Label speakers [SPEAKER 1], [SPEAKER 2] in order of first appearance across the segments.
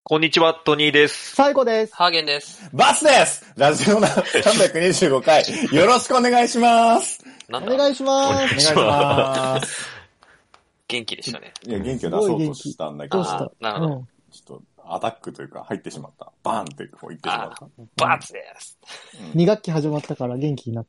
[SPEAKER 1] こんにちは、トニーです。
[SPEAKER 2] 最後です。
[SPEAKER 3] ハーゲンです。
[SPEAKER 4] バスです。ラジオナ325回、よろしくお願いします。
[SPEAKER 2] お願いします。
[SPEAKER 4] お願いします。
[SPEAKER 3] 元気でしたね。
[SPEAKER 4] いや、元気を出そうとしたんだけど、
[SPEAKER 2] どうした？
[SPEAKER 3] なるほど。
[SPEAKER 4] ちょっと、アタックというか、入ってしまった。バーンってこう言ってしまった。
[SPEAKER 3] バツです。
[SPEAKER 2] 2学期始まったから元気になった？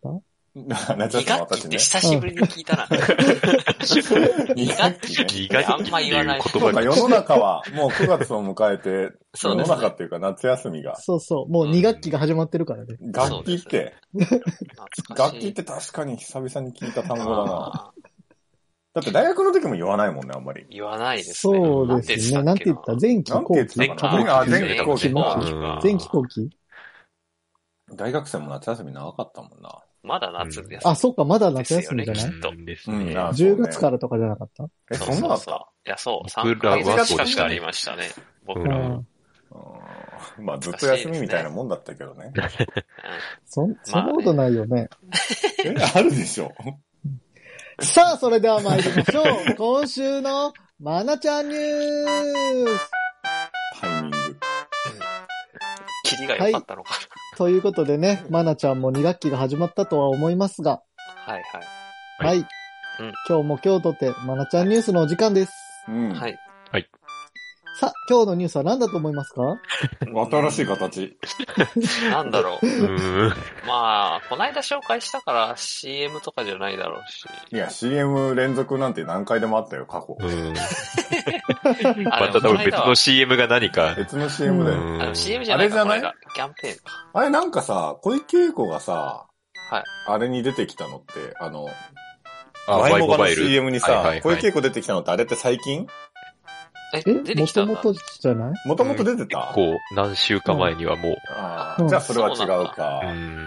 [SPEAKER 3] 2学期って久しぶりに聞いたな。2学期ってあんま言わない。
[SPEAKER 4] そうか、世の中はもう9月を迎えて、世の中っていうか夏休みが。
[SPEAKER 2] そうそう、もう2学期が始まってるからね。
[SPEAKER 4] 楽器って、楽器って確かに久々に聞いた単語だな。だって大学の時も言わないもんね、あんまり。
[SPEAKER 3] 言わないです
[SPEAKER 2] ね。そうですね。なんて言った？前期後期。
[SPEAKER 4] 前期後期。
[SPEAKER 2] 前期後期。
[SPEAKER 4] 大学生も夏休み長かったもんな。
[SPEAKER 3] まだ夏休み。
[SPEAKER 2] あ、そっか、まだ夏休みじゃない？10月からとかじゃなかった？
[SPEAKER 4] そんなだった？
[SPEAKER 3] いや、そう。3ヶ月近くありましたね。僕ら。
[SPEAKER 4] まあ、ずっと休みみたいなもんだったけどね。
[SPEAKER 2] そんなことないよね。
[SPEAKER 4] あるでしょ。
[SPEAKER 2] さあ、それでは参りましょう。今週のまなちゃんニュース。
[SPEAKER 4] タイミング。
[SPEAKER 3] キリが良かったのかな。
[SPEAKER 2] ということでね、まなちゃんも2学期が始まったとは思いますが。
[SPEAKER 3] はいはい。
[SPEAKER 2] はい。今日も今日とてまなちゃんニュースのお時間です。
[SPEAKER 3] はい。
[SPEAKER 1] はい。
[SPEAKER 2] さあ、今日のニュースは何だと思いますか？
[SPEAKER 4] 新しい形。
[SPEAKER 3] なんだろう。まあ、こないだ紹介したから CM とかじゃないだろうし。
[SPEAKER 4] いや、CM 連続なんて何回でもあったよ、過去。
[SPEAKER 1] また多分別の CM が何か。
[SPEAKER 4] 別の CM だよ。
[SPEAKER 3] CM じゃないか。あれじゃない？キャンペーンか。
[SPEAKER 4] あれなんかさ、小池栄子がさ、
[SPEAKER 3] はい。
[SPEAKER 4] あれに出てきたのって、
[SPEAKER 1] ワイモバイル
[SPEAKER 4] CM にさ、小池栄子出てきたのってあれって最近？
[SPEAKER 3] 出てきたんだ。
[SPEAKER 2] もともとじゃない？
[SPEAKER 4] もともと出てた？
[SPEAKER 1] こう、何週間前にはもう。
[SPEAKER 4] じゃあそれは違うか。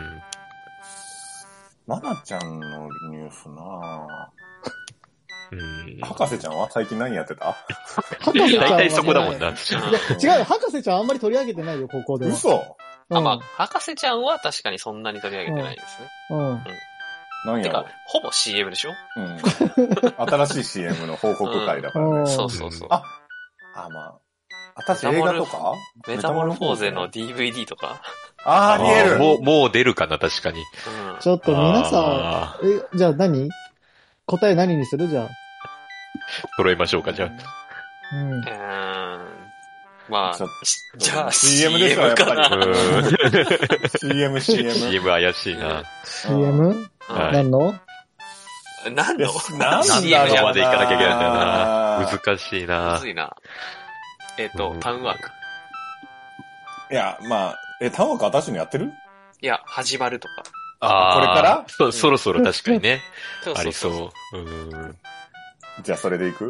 [SPEAKER 4] まなちゃんのニュースなぁ。博士ちゃんは最近何やってた？
[SPEAKER 1] 大体そこだもんな。
[SPEAKER 2] いや、違うよ。博士ちゃんあんまり取り上げてないよ、ここでは。
[SPEAKER 4] 嘘？
[SPEAKER 3] まあ、博士ちゃんは確かにそんなに取り上げてないですね。
[SPEAKER 4] 何やろ？
[SPEAKER 3] てか、ほぼ CM でしょ？
[SPEAKER 4] 新しい CM の報告会だからね。
[SPEAKER 3] そうそうそう。
[SPEAKER 4] まあ。私映画とか
[SPEAKER 3] メタモルフォーゼの DVD とか
[SPEAKER 4] ありえる。
[SPEAKER 1] もう出るかな、確かに。
[SPEAKER 2] ちょっと皆さん、じゃあ答え何にする？じゃあ。
[SPEAKER 1] 揃えましょうか、じゃ
[SPEAKER 3] あ。まあ、じゃあ
[SPEAKER 4] CM でしょ、やっぱり。
[SPEAKER 1] CM 怪しいな。
[SPEAKER 2] CM？ 何の？
[SPEAKER 3] 何の
[SPEAKER 1] CM まで行かなきゃいけないんだよな。難しいな。
[SPEAKER 3] むずいな。タウンワーク。
[SPEAKER 4] いや、まあ、タウンワーク私のやってる？
[SPEAKER 3] いや、始まるとか。
[SPEAKER 4] これから
[SPEAKER 1] そろそろ確かにね。ありそう。
[SPEAKER 4] じゃあそれでいく？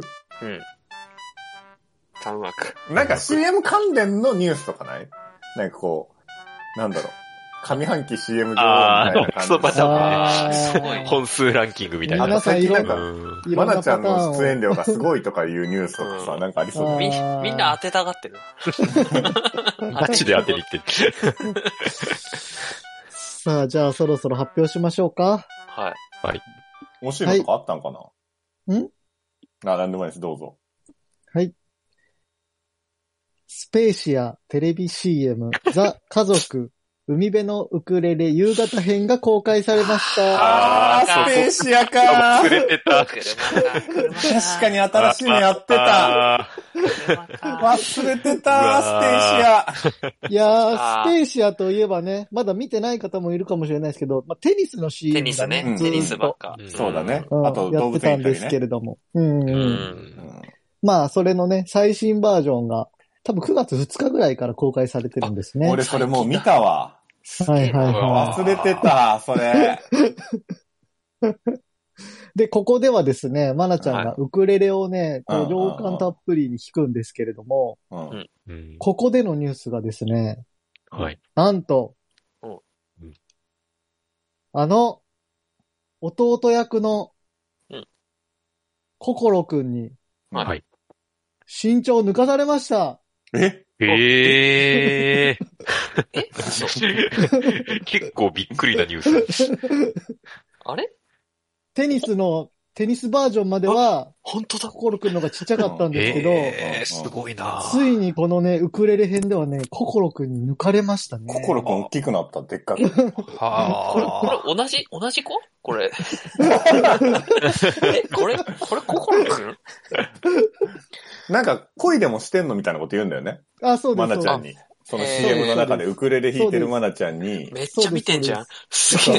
[SPEAKER 3] タウンワーク。
[SPEAKER 4] なんか CM 関連のニュースとかない？なんかこう、なんだろう。上半期 CM 上みたいな感じ。
[SPEAKER 1] クソパターンね。本数ランキングみたいな。
[SPEAKER 2] 皆さんいろんな、
[SPEAKER 4] まなちゃんの出演量がすごいとかいうニュースとかさ、なんかありそうだ
[SPEAKER 3] ね。みんな当てたがってる。
[SPEAKER 1] ガチで当てに行ってる。
[SPEAKER 2] さあ、じゃあそろそろ発表しましょうか。
[SPEAKER 3] はい。
[SPEAKER 4] 面白いのとかあったんかな？なんでもないです、どうぞ。
[SPEAKER 2] はい。スペーシアテレビ CM ザ家族海辺のウクレレ夕方編が公開されました。
[SPEAKER 4] スペーシアか
[SPEAKER 1] 忘れてた。
[SPEAKER 4] 確かに新しいのやってた。忘れてた、スペーシア。
[SPEAKER 2] いやー、スペーシアといえばね、まだ見てない方もいるかもしれないですけど、テニスの CM がね。
[SPEAKER 3] テニスばっか。
[SPEAKER 4] そうだね。あと
[SPEAKER 2] やってたんですけれども。まあ、それのね、最新バージョンが、多分9月2日ぐらいから公開されてるんですね。
[SPEAKER 4] 俺それもう見たわ。
[SPEAKER 2] はい。
[SPEAKER 4] 忘れてた、それ。
[SPEAKER 2] で、ここではですね、まなちゃんがウクレレをね、情感たっぷりに弾くんですけれども、ここでのニュースがですね、なんと、弟役の、心くんに、身長抜かされました。
[SPEAKER 1] 結構びっくりなニュース。
[SPEAKER 3] あれ？
[SPEAKER 2] テニスのテニスバージョンまでは、
[SPEAKER 3] 本当だ。
[SPEAKER 2] 心くんのがちっちゃかったんですけど、
[SPEAKER 1] すごいな。
[SPEAKER 2] ついにこのね、ウクレレ編ではね、心くんに抜かれましたね。
[SPEAKER 4] 心くん大きくなった、でっかく。
[SPEAKER 3] これ同じ子これ。これ心くん
[SPEAKER 4] なんか、恋でもしてんのみたいなこと言うんだよね。
[SPEAKER 2] あ、そうです。
[SPEAKER 4] マナちゃんに。その CM の中でウクレレ弾いてるマナちゃんに。
[SPEAKER 3] めっちゃ見てんじゃん。すげえ。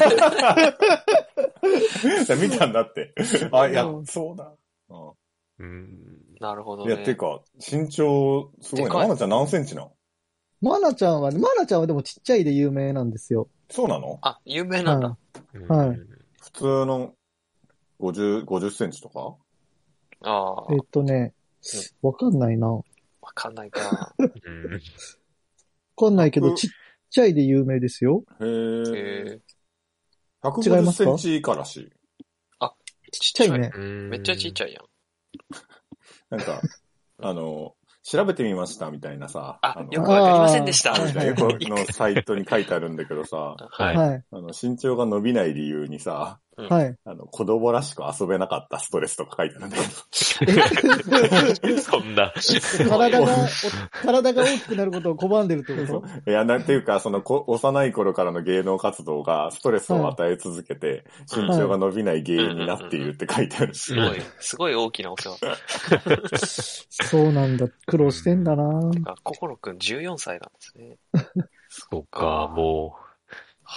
[SPEAKER 4] 見たんだって。あ、いや、そうだ。
[SPEAKER 3] なるほどね。
[SPEAKER 4] いや、てか、身長、すごいな。マナちゃん何センチなの？
[SPEAKER 2] マナちゃんはでもちっちゃいで有名なんですよ。
[SPEAKER 4] そうなの？
[SPEAKER 3] あ、有名なんだ。
[SPEAKER 2] はい。
[SPEAKER 4] 普通の50センチとか？
[SPEAKER 3] ああ。
[SPEAKER 2] わかんないな。
[SPEAKER 3] わかんないか。わ
[SPEAKER 2] かんないけど、ちっちゃいで有名ですよ。
[SPEAKER 4] へえ。150センチ以下らしい。
[SPEAKER 2] あ、ちっちゃいね。
[SPEAKER 3] めっちゃちっちゃいやん。
[SPEAKER 4] なんか、調べてみましたみたいなさ。
[SPEAKER 3] よくわかりませんでした。
[SPEAKER 4] よくのサイトに書いてあるんだけどさ。
[SPEAKER 3] はい。
[SPEAKER 4] 身長が伸びない理由にさ。
[SPEAKER 2] はい。
[SPEAKER 4] 子供らしく遊べなかったストレスとか書いてあるんだけど。
[SPEAKER 1] そんな。
[SPEAKER 2] 体が大きくなることを拒んでるってこと？
[SPEAKER 4] いや、なんていうか、幼い頃からの芸能活動がストレスを与え続けて、身長が伸びない原因になっているって書いてあるし。
[SPEAKER 3] すごい大きなお世話。
[SPEAKER 2] そうなんだ。苦労してんだな。
[SPEAKER 3] 心くん14歳なんですね。
[SPEAKER 1] そうか、もう。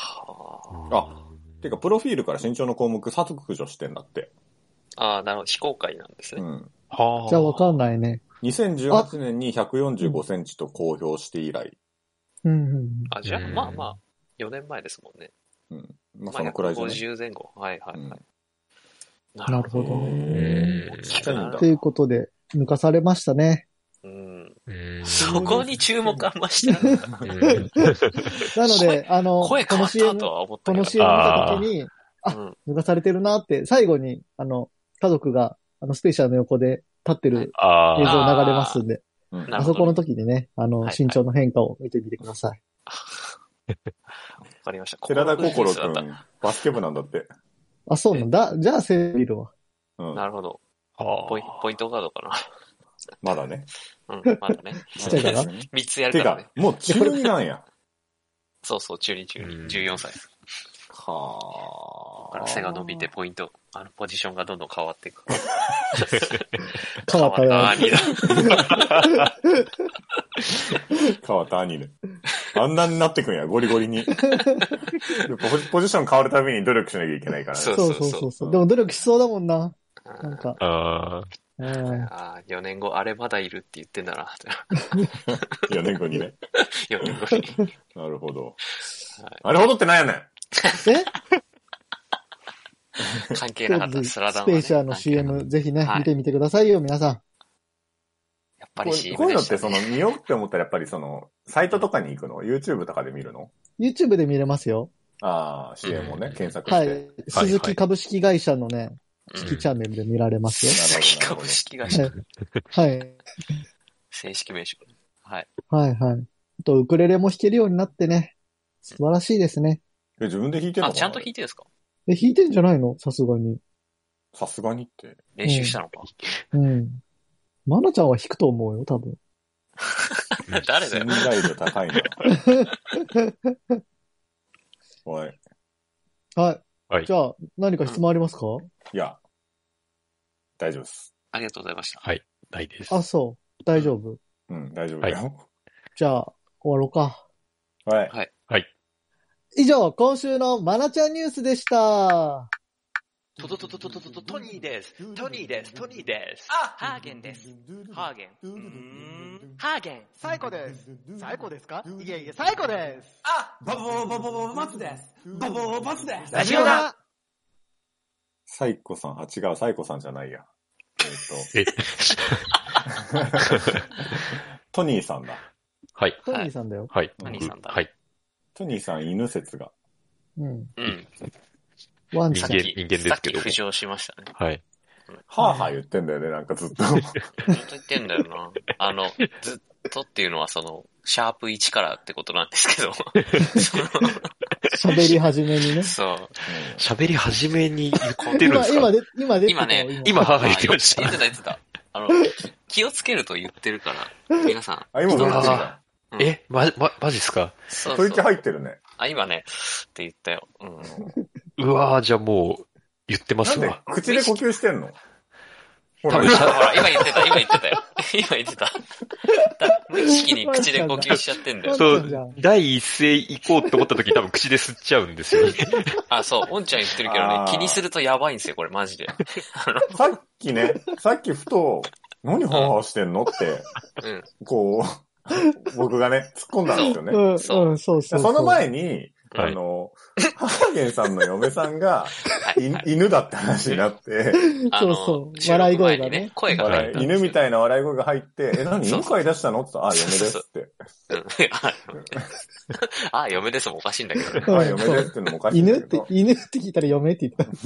[SPEAKER 4] てか、プロフィールから身長の項目削除してんだって。
[SPEAKER 3] ああ、なるほど。非公開なんですね。
[SPEAKER 2] じゃあわかんないね。
[SPEAKER 4] 2018年に145センチと公表して以来。
[SPEAKER 3] じゃあ、まあまあ、4年前ですもんね。
[SPEAKER 4] まあ、そのくらいじゃない。
[SPEAKER 3] 50前後。はいはいはい。
[SPEAKER 2] なるほどね。
[SPEAKER 4] ちっちゃいんだ。
[SPEAKER 2] ということで、抜かされましたね。
[SPEAKER 3] そこに注目あんましてなかった。
[SPEAKER 2] なので、
[SPEAKER 3] 声変わったとは思ったけど。
[SPEAKER 2] この CM 見たときに、抜かされてるなって、最後に、家族が、スペーシャルの横で立ってる映像流れますんで、あそこの時にね、身長の変化を見てみてください。
[SPEAKER 3] わかりました。
[SPEAKER 4] 寺田心くん、バスケ部なんだって。
[SPEAKER 2] あ、そうなんだ。じゃあ、見るわ。
[SPEAKER 3] なるほど。ポイントガードかな。
[SPEAKER 4] まだね。
[SPEAKER 3] まだね。
[SPEAKER 2] ちっちゃいかな
[SPEAKER 3] ?3 つやるからね。
[SPEAKER 4] もう中2なんや。
[SPEAKER 3] そう、中2、14歳。
[SPEAKER 4] は
[SPEAKER 3] あ。背が伸びてポイント、ポジションがどんどん変わっていく。
[SPEAKER 2] 変わった
[SPEAKER 3] 兄だ。
[SPEAKER 4] 変わった兄ね。あんなになってくんや、ゴリゴリに。ポジション変わるたびに努力しなきゃいけないからね。
[SPEAKER 2] そう。でも努力しそうだもんな。なんか。
[SPEAKER 3] 4年後、あれまだいるって言ってんだな。
[SPEAKER 4] 4年後にね。
[SPEAKER 3] 4年後に。
[SPEAKER 4] なるほど。なるほどってなんやねん。
[SPEAKER 3] 関係なかったスラダンは、
[SPEAKER 2] スペーシャーの CM、ぜひね、見てみてくださいよ、皆さん。
[SPEAKER 3] やっぱり CM
[SPEAKER 4] こういうのって見ようって思ったらやっぱりサイトとかに行くの？ YouTube とかで見るの？
[SPEAKER 2] YouTube で見れますよ。
[SPEAKER 4] CM をね、検索して。
[SPEAKER 2] はい。鈴木株式会社のね、月チャンネルで見られますよ。
[SPEAKER 3] 鈴木株式会社。
[SPEAKER 2] はい。
[SPEAKER 3] 正式名称。はい。
[SPEAKER 2] はいはい。あと、ウクレレも弾けるようになってね。素晴らしいですね。
[SPEAKER 4] 自分で弾いてんのかな？
[SPEAKER 3] ちゃんと弾いてるんですか？
[SPEAKER 2] 弾いてんじゃないの？さすがに。
[SPEAKER 4] さすがにって。
[SPEAKER 3] 練習したのか？
[SPEAKER 2] マナちゃんは弾くと思うよ、多分。
[SPEAKER 3] 誰だよ。
[SPEAKER 4] 信頼度高いな。おい。
[SPEAKER 2] はい。じゃあ、何か質問ありますか？
[SPEAKER 4] いや、大丈夫です。
[SPEAKER 3] ありがとうございました。
[SPEAKER 1] はい、ないです。
[SPEAKER 2] あ、そう。大丈夫。
[SPEAKER 4] 大丈夫だよ。
[SPEAKER 2] じゃあ、終わろうか。
[SPEAKER 4] はい。
[SPEAKER 2] 以上、今週のマナちゃんニュースでした。
[SPEAKER 3] トニーです。トニーです。ハーゲンです。ハーゲン。ハーゲン。
[SPEAKER 2] サイコです。サイコですか？いえいえ、サイコです。
[SPEAKER 5] バツです。バツです。
[SPEAKER 2] ラジオだ。
[SPEAKER 4] サイコさん、違う、サイコさんじゃないや。トニーさんだ。
[SPEAKER 1] はい。
[SPEAKER 2] トニーさんだよ。
[SPEAKER 1] はい。
[SPEAKER 3] トニーさんだ。
[SPEAKER 1] はい。
[SPEAKER 4] トニーさん、犬説が。
[SPEAKER 2] ワンちゃん。
[SPEAKER 1] 人間ですけど。
[SPEAKER 3] さっき浮上しましたね。
[SPEAKER 1] はい。
[SPEAKER 4] はぁはぁ言ってんだよね、なんかずっと。
[SPEAKER 3] ずっと言ってんだよな。ずっとっていうのはシャープ1からってことなんですけど。
[SPEAKER 2] 喋り始めにね。
[SPEAKER 1] そう。喋り始めに言ってるんですか？
[SPEAKER 2] 今
[SPEAKER 1] ね、今母が言ってました。
[SPEAKER 3] 言ってた。気をつけると言ってるから、皆さん。
[SPEAKER 4] 今も言ってた。
[SPEAKER 1] マジっすか？
[SPEAKER 4] そう。吐息入ってるね。
[SPEAKER 3] 今ね、って言ったよ。
[SPEAKER 1] うわじゃあもう、言ってますわ。
[SPEAKER 4] なんで口で呼吸してんの？
[SPEAKER 3] ほら、今言ってたよ。今言ってた。無意識に口で呼吸しちゃってんだよ。
[SPEAKER 1] そう、第一声行こうと思った時多分口で吸っちゃうんですよね。
[SPEAKER 3] そう、おんちゃん言ってるけどね、気にするとやばいんですよ、これマジで。
[SPEAKER 4] さっきふと、何ハーハーしてんのって、こう、僕がね、突っ込んだんですよね。
[SPEAKER 2] そう。
[SPEAKER 4] その前に、ハーゲンさんの嫁さんが、犬だって話になって、
[SPEAKER 2] そう。笑い声がね。
[SPEAKER 3] 声が入った。
[SPEAKER 4] 犬みたいな笑い声が入って、何犬飼い出したのって言ったら、嫁ですって。
[SPEAKER 3] 嫁ですもおかしいんだけど
[SPEAKER 4] ね。嫁ですってのもおかしいんだけど。
[SPEAKER 2] 犬って聞いたら嫁って言った。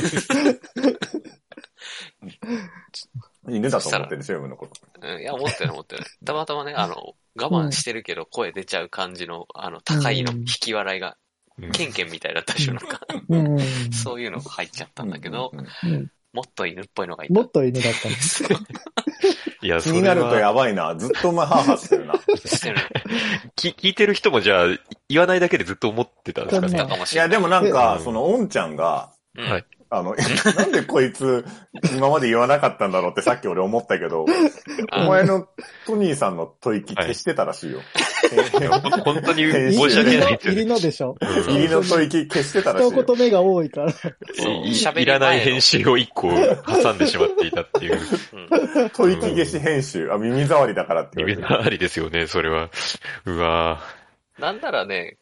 [SPEAKER 4] 犬だと思ってるでしょ、嫁のこと。
[SPEAKER 3] いや、思ってない。たまたまね、我慢してるけど声出ちゃう感じの、高いの引き笑いが、ケンケンみたいだったでしょ、なんか。そういうのが入っちゃったんだけど、もっと犬っぽいのがいた。
[SPEAKER 2] もっと犬だったんです。
[SPEAKER 4] いや、気になるとやばいな。ずっとお前ハーハーしてるな。
[SPEAKER 3] してる。
[SPEAKER 1] 聞いてる人もじゃあ、言わないだけでずっと思ってたんですかね。
[SPEAKER 4] いや、でもなんか、おんちゃんが、
[SPEAKER 1] はい。
[SPEAKER 4] なんでこいつ、今まで言わなかったんだろうってさっき俺思ったけど、お前のトニーさんの吐息消してたらしいよ。
[SPEAKER 1] 本当に申し訳ないですよね。
[SPEAKER 2] 入りのでしょ。
[SPEAKER 4] 入りの吐息消してたらしいよ。
[SPEAKER 2] 一言目が多いから。
[SPEAKER 1] いらない編集を一個挟んでしまっていたっていう。
[SPEAKER 4] 吐息消し編集。耳障りだからって言われて。
[SPEAKER 1] 耳障りですよね、それは。うわ
[SPEAKER 3] ぁ。なんならね、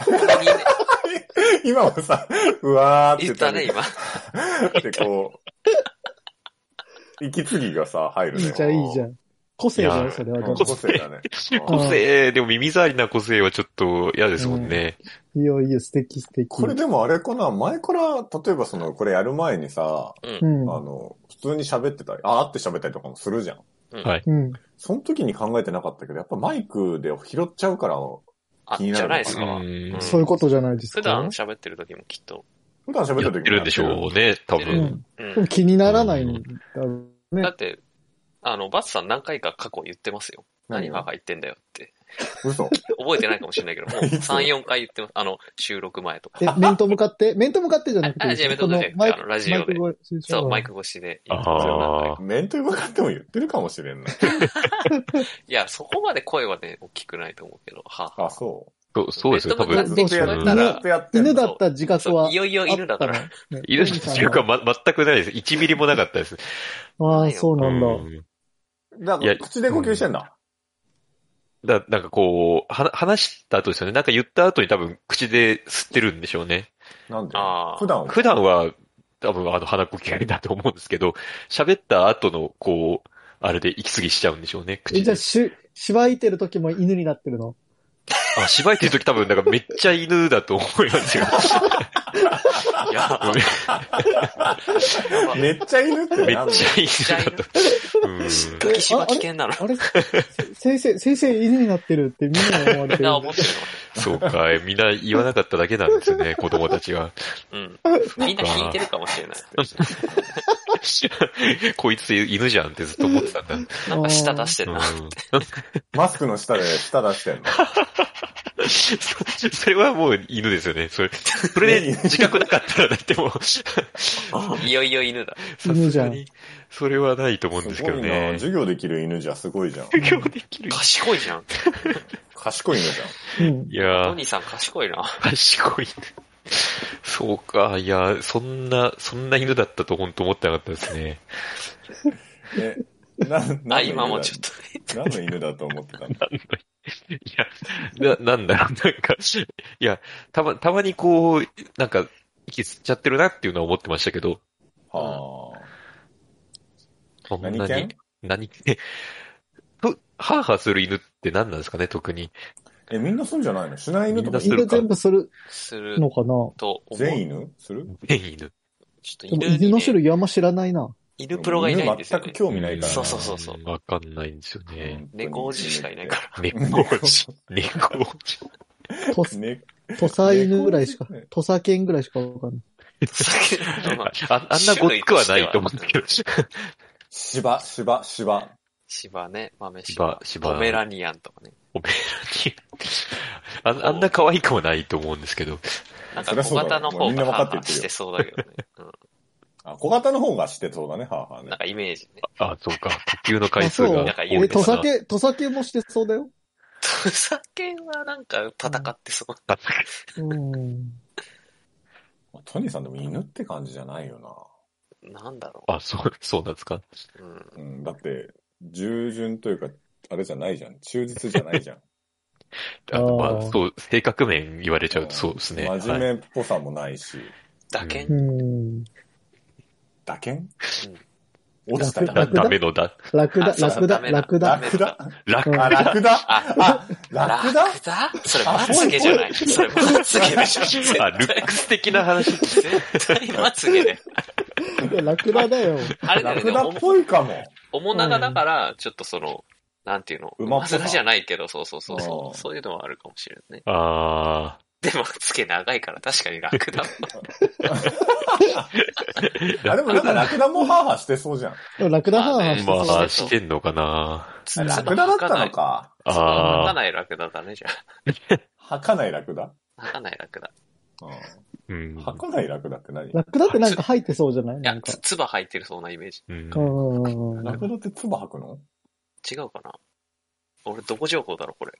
[SPEAKER 4] 今もさ、うわーって
[SPEAKER 3] 言ったね、今。
[SPEAKER 4] で、こう、息継ぎがさ、入るね。
[SPEAKER 2] いいじゃん。個性だよ、それは。
[SPEAKER 4] 個性だね。
[SPEAKER 1] 個性、でも耳障りな個性はちょっと嫌ですもんね。
[SPEAKER 2] いいよ、素敵。
[SPEAKER 4] これでもあれかな、前から、例えばこれやる前にさ、普通に喋ってたり、会って喋ったりとかもするじゃん。
[SPEAKER 1] はい。
[SPEAKER 4] その時に考えてなかったけど、やっぱマイクで拾っちゃうから、気になる。
[SPEAKER 3] じゃないですか。
[SPEAKER 2] そういうことじゃないですか。
[SPEAKER 3] 普段喋ってる時もきっと。
[SPEAKER 4] 普段喋ってる時も
[SPEAKER 1] やってるんでしょうね、多分。
[SPEAKER 2] でも気にならないんだろうね。
[SPEAKER 3] だって、バツさん何回か過去言ってますよ。何が言ってんだよって。
[SPEAKER 4] 嘘
[SPEAKER 3] 覚えてないかもしれないけど、もう3、4回言ってます。収録前とか。
[SPEAKER 2] 面と向かってじゃなくて。
[SPEAKER 3] じゃあ面と向かって、ラジオで。そう、マイク越しで言ってますよ。
[SPEAKER 4] 面と向かっても言ってるかもしれんない。
[SPEAKER 3] いや、そこまで声はね、大きくないと思うけど、
[SPEAKER 1] そうですよ、多分。
[SPEAKER 2] 犬だった自覚は。
[SPEAKER 3] いよいよ犬だから。
[SPEAKER 1] 犬だった自覚は全くないです。1ミリもなかったです。
[SPEAKER 2] ああ、そうなん
[SPEAKER 4] だ。だから、口で呼吸してんだ。
[SPEAKER 1] なんかこう、話した後ですよね。なんか言った後に多分口で吸ってるんでしょうね。
[SPEAKER 4] なんで
[SPEAKER 1] 普段は多分鼻呼吸だと思うんですけど、喋った後のこう、あれで息継ぎしちゃうんでしょうね。
[SPEAKER 2] じゃあ、しばいてる時も犬になってるの？
[SPEAKER 1] しばいてる時多分、なんかめっちゃ犬だと思いますよ。
[SPEAKER 4] めっちゃ犬って
[SPEAKER 1] めっちゃ犬だと。
[SPEAKER 3] ガキシバ危険なの。
[SPEAKER 2] あれ先生犬になってるってみんな思われてる。
[SPEAKER 1] そうか、みんな言わなかっただけなんですよね、子供たちは。
[SPEAKER 3] みんな引いてるかもしれない。
[SPEAKER 1] こいつ犬じゃんってずっと思ってたんだ。
[SPEAKER 3] なんか舌出してるなって。
[SPEAKER 4] マスクの下で舌出してんの。
[SPEAKER 1] それはもう犬ですよね。それで自覚なかったらだってもう。
[SPEAKER 3] いよいよ犬だ。
[SPEAKER 2] 犬じゃん。
[SPEAKER 1] それはないと思うんですけどね。
[SPEAKER 4] 授業できる犬じゃすごいじゃん。
[SPEAKER 1] 授業できる。
[SPEAKER 3] 賢いじゃん。
[SPEAKER 4] 賢い犬じゃん。
[SPEAKER 1] いや
[SPEAKER 3] トニーさん賢いな。
[SPEAKER 1] 賢い。そうか、いや、そんな犬だったと本当思ってなかったですね。
[SPEAKER 3] 今もちょっと
[SPEAKER 4] 何の犬だと思ってたんだ。
[SPEAKER 1] いや、なんだろう、なんか、いや、たまにこう、なんか、息吸っちゃってるなっていうのは思ってましたけど。
[SPEAKER 4] は
[SPEAKER 1] あ。何犬ハーハーする犬って何なんですかね、特に。
[SPEAKER 4] みんなするんじゃないの？しない犬とか
[SPEAKER 2] 犬全部するのかな？
[SPEAKER 4] 全犬する？
[SPEAKER 1] 全犬。
[SPEAKER 2] 犬の種類あんま知らないな。
[SPEAKER 3] 犬プロがいないんですよね。
[SPEAKER 4] 全く興味ないから。
[SPEAKER 3] そう。
[SPEAKER 1] わかんないんですよね。
[SPEAKER 3] 猫おじしかいないから。
[SPEAKER 1] 猫おじ。
[SPEAKER 2] 土佐犬ぐらいしか、土佐犬ぐらいしかわかんない。
[SPEAKER 1] あんなごつくはないと思うんだけど。
[SPEAKER 4] 芝
[SPEAKER 3] ね、豆芝。ポメラニアンとかね。
[SPEAKER 1] ポメラニアン。あんな可愛くもないと思うんですけど。
[SPEAKER 3] なんか小型の方がハーハーしてそうだけどね。
[SPEAKER 4] 小型の方がしてそうだね、ハーハーね。
[SPEAKER 3] なんかイメージね。
[SPEAKER 1] そうか。呼吸の回数が。
[SPEAKER 2] 土佐犬もしてそうだよ。
[SPEAKER 3] 土佐犬はなんか戦ってそう。
[SPEAKER 4] トニーさんでも犬って感じじゃないよ
[SPEAKER 3] な。なんだろ
[SPEAKER 1] う。そうなんですか。
[SPEAKER 4] だって、従順というか、あれじゃないじゃん。忠実じゃないじゃん。
[SPEAKER 1] そう、性格面言われちゃうとそうですね。
[SPEAKER 4] 真面目っぽさもないし。
[SPEAKER 3] 打鍵
[SPEAKER 4] 打鍵
[SPEAKER 2] 落
[SPEAKER 4] ちた
[SPEAKER 1] ダメのだ。
[SPEAKER 2] ラクダ
[SPEAKER 3] それまつげじゃない。それまつげでしょ。
[SPEAKER 1] ルックス的な話。
[SPEAKER 3] 絶対まつげで。
[SPEAKER 2] ラクダだよ。
[SPEAKER 3] あれだ
[SPEAKER 4] ラクダっぽいかも。
[SPEAKER 3] 面長だから、ちょっとなんていうの、馬面じゃないけど、そういうのはあるかもしれないね。でも、つけ長いから確かにラクダ。
[SPEAKER 4] でもなんかラクダもハーハーしてそうじゃん。
[SPEAKER 2] ラクダハーハーしてそう。
[SPEAKER 1] まあ、してんのかな。
[SPEAKER 4] ラクダだったのか。
[SPEAKER 3] 吐かないラクダだね、じゃ
[SPEAKER 4] あ。吐かないラクダ
[SPEAKER 3] 吐かないラクダ。
[SPEAKER 4] 吐かないラクダって何？
[SPEAKER 2] ラクダってなんか吐いてそうじゃない？
[SPEAKER 3] いや、唾吐いてるそうなイメージ。
[SPEAKER 4] ラクダって唾吐くの？
[SPEAKER 3] 違うかな？俺、どこ情報だろ、これ。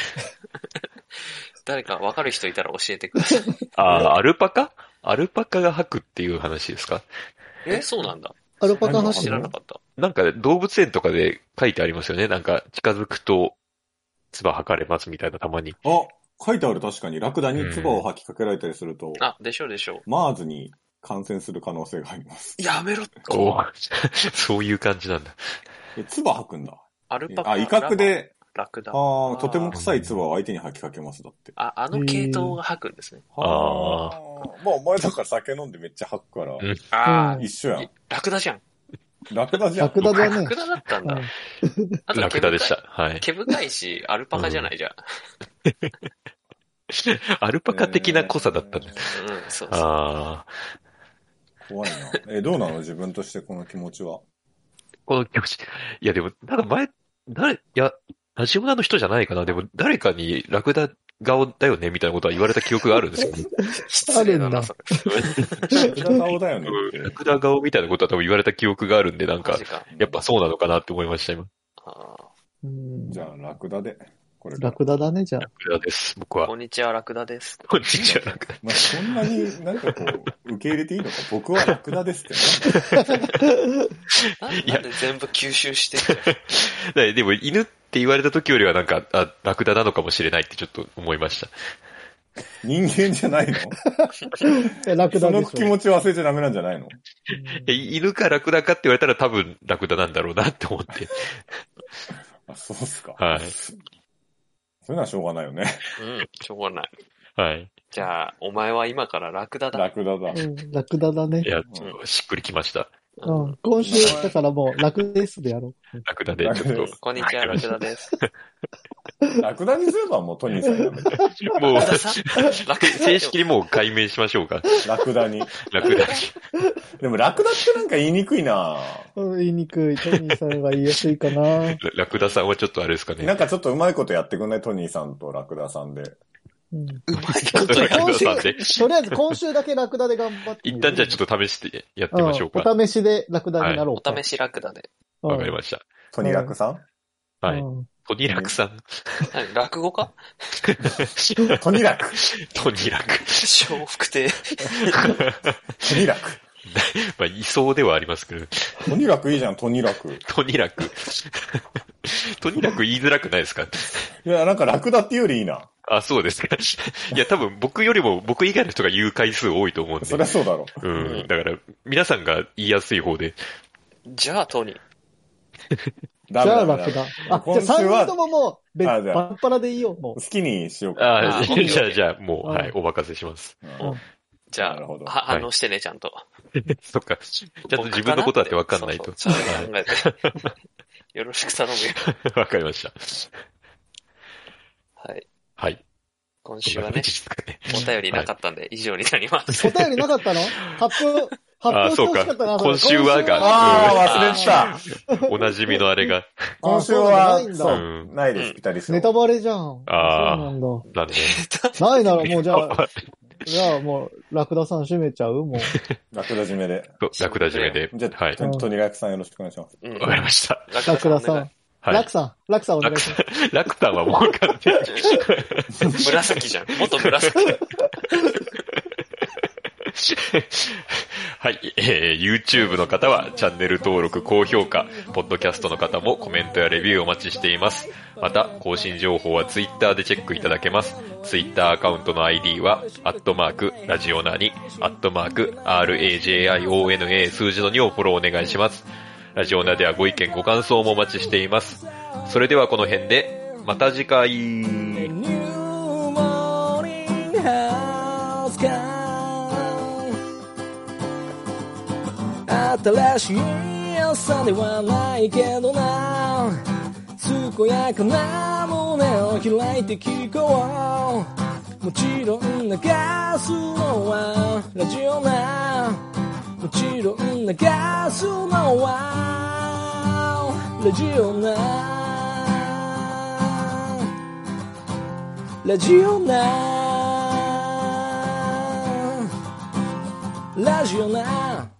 [SPEAKER 3] 誰か分かる人いたら教えてください。
[SPEAKER 1] アルパカが吐くっていう話ですか？
[SPEAKER 3] そうなんだ。
[SPEAKER 2] アルパカの話
[SPEAKER 3] 知らなかった。
[SPEAKER 1] なんか動物園とかで書いてありますよね。なんか近づくと唾吐かれますみたいなたまに。
[SPEAKER 4] 書いてある確かに。ラクダに唾を吐きかけられたりすると。
[SPEAKER 3] でしょ。
[SPEAKER 4] マーズに感染する可能性があります。
[SPEAKER 3] やめろ
[SPEAKER 1] そういう感じなんだ。
[SPEAKER 4] 唾吐くんだ。
[SPEAKER 3] アルパカ。
[SPEAKER 4] 威嚇で。
[SPEAKER 3] ラクダ。
[SPEAKER 4] とても臭い唾を相手に吐きかけますだって。
[SPEAKER 3] あの系統が吐くんですね。
[SPEAKER 4] まあお前だから酒飲んでめっちゃ吐くから。一緒やん。
[SPEAKER 3] ラクダじゃん。
[SPEAKER 2] ラクダじゃね。
[SPEAKER 3] ラクダだったんだ。
[SPEAKER 1] ラクダでした。はい。
[SPEAKER 3] 毛深いし、アルパカじゃないじゃん。
[SPEAKER 1] アルパカ的な濃さだったんだ。
[SPEAKER 3] そう。
[SPEAKER 4] 怖いな。どうなの自分としてこの気持ちは。
[SPEAKER 1] この気持ち。いやでも、なんかラジオナの人じゃないかな。でも、誰かにラクダ顔だよねみたいなことは言われた記憶があるんですよ。
[SPEAKER 3] 失礼だな、それ。
[SPEAKER 4] ラクダ顔だよね。
[SPEAKER 1] ラクダ顔みたいなことは多分言われた記憶があるんで、なんか、やっぱそうなのかなって思いました、今。
[SPEAKER 4] じゃあ、ラクダで。
[SPEAKER 2] ラクダだね、じゃあ。
[SPEAKER 1] ラクダです、僕は。
[SPEAKER 3] こんにちは、ラクダです。
[SPEAKER 1] こんにちは、ラクダ。
[SPEAKER 4] そんなになんか受け入れていいのか僕はラクダですって
[SPEAKER 3] なんで全部吸収して
[SPEAKER 1] るでも、犬って言われた時よりはなんか、ラクダなのかもしれないってちょっと思いました。
[SPEAKER 4] 人間じゃないの
[SPEAKER 2] ラクダでしょ。
[SPEAKER 4] その気持ち忘れちゃダメなんじゃないの
[SPEAKER 1] 犬かラクダかって言われたら多分ラクダなんだろうなって思って。
[SPEAKER 4] そうっすか。
[SPEAKER 1] はい。
[SPEAKER 4] そういうのはしょうがないよね。
[SPEAKER 3] しょうがない。
[SPEAKER 1] はい。
[SPEAKER 3] じゃあ、お前は今からラクダだ。
[SPEAKER 4] ラクダだ。
[SPEAKER 2] ラクダだね。
[SPEAKER 1] いや、しっくりきました。
[SPEAKER 2] 今週、だからもう、ラクですでやろう。
[SPEAKER 1] ラクダで、ちょっと。
[SPEAKER 3] こんにちは、ラクダです。
[SPEAKER 4] ラクダにすればもうトニーさんやめて。
[SPEAKER 1] もう、正式にもう解明しましょうか。
[SPEAKER 4] ラクダに。
[SPEAKER 1] ラクダに。
[SPEAKER 4] でもラクダってなんか言いにくいな
[SPEAKER 2] 言いにくい。トニーさんが言いやすいかな
[SPEAKER 1] ラクダさんはちょっとあれですかね。
[SPEAKER 4] なんかちょっとうまいことやってくんないトニーさんとラクダさんで。
[SPEAKER 3] うまいことや
[SPEAKER 2] とりあえず今週だけラクダで頑張って。
[SPEAKER 1] 一旦じゃあちょっと試してやってみましょうか。
[SPEAKER 2] お試しでラクダになろうか。
[SPEAKER 3] お試しラクダで。
[SPEAKER 1] わかりました。
[SPEAKER 4] トニラクさん
[SPEAKER 1] はい。トニラクさん。
[SPEAKER 3] 落語か
[SPEAKER 4] トニラク。
[SPEAKER 3] 笑福亭。
[SPEAKER 4] トニラク。
[SPEAKER 1] まあ、いそうではありますけど。
[SPEAKER 4] トニラクいいじゃん、トニラク。
[SPEAKER 1] トニラク。トニラク言いづらくないですか？
[SPEAKER 4] いや、なんかラクダっていうよりいいな。
[SPEAKER 1] そうですか。いや、多分僕よりも僕以外の人が言う回数多いと思うんで。
[SPEAKER 4] そりゃそうだろ
[SPEAKER 1] う。だから、皆さんが言いやすい方で。
[SPEAKER 3] じゃあ、トニー。
[SPEAKER 2] じゃあ、ラクダ。じゃあ3人とももう、バッパラでいいよ、もう。
[SPEAKER 4] 好きにしようか。
[SPEAKER 1] じゃあ、もう、はい、お任せします。
[SPEAKER 3] じゃあ、反応してね、ちゃんと。
[SPEAKER 1] そっか。ちゃんと自分のことだって分かんないと。
[SPEAKER 3] そう考えて。よろしく頼むよ。
[SPEAKER 1] わかりました。
[SPEAKER 3] はい。
[SPEAKER 1] はい。
[SPEAKER 3] 今週はね、お便りなかったんで以上になります。
[SPEAKER 2] お便りなかったの？発表してほしかったな。
[SPEAKER 1] 今週はが。
[SPEAKER 4] 忘れてた。
[SPEAKER 1] おなじみのあれが。
[SPEAKER 4] 今週は、そう、ないです、ピタリス。
[SPEAKER 2] ネタバレじゃん。そうなんだ。
[SPEAKER 1] なんで。
[SPEAKER 2] ないならもうじゃあもう、ラクダさん閉めちゃう？もう。
[SPEAKER 4] ラクダ締めで。
[SPEAKER 1] ラクダ締めで。
[SPEAKER 4] じゃあ、トニラクさんよろしくお願いします。
[SPEAKER 1] わかりました。
[SPEAKER 2] ラクダさん。ラクさんお願いします。
[SPEAKER 1] ラクさんはもう完全に。
[SPEAKER 3] 紫じゃん。元紫。
[SPEAKER 1] はい、YouTube の方はチャンネル登録、高評価、ポッドキャストの方もコメントやレビューお待ちしています。また、更新情報は Twitter でチェックいただけます。Twitter アカウントの ID は、ラジオナに、RAJIONA 数字の2をフォローお願いします。ラジオナではご意見ご感想もお待ちしています。それではこの辺で、また次回。
[SPEAKER 5] 新しい朝ではないけどな、健やかな胸を開いて聞こう。もちろん流すのはラジオな、もちろん流すのはラジオな、ラジオな、ラジオな。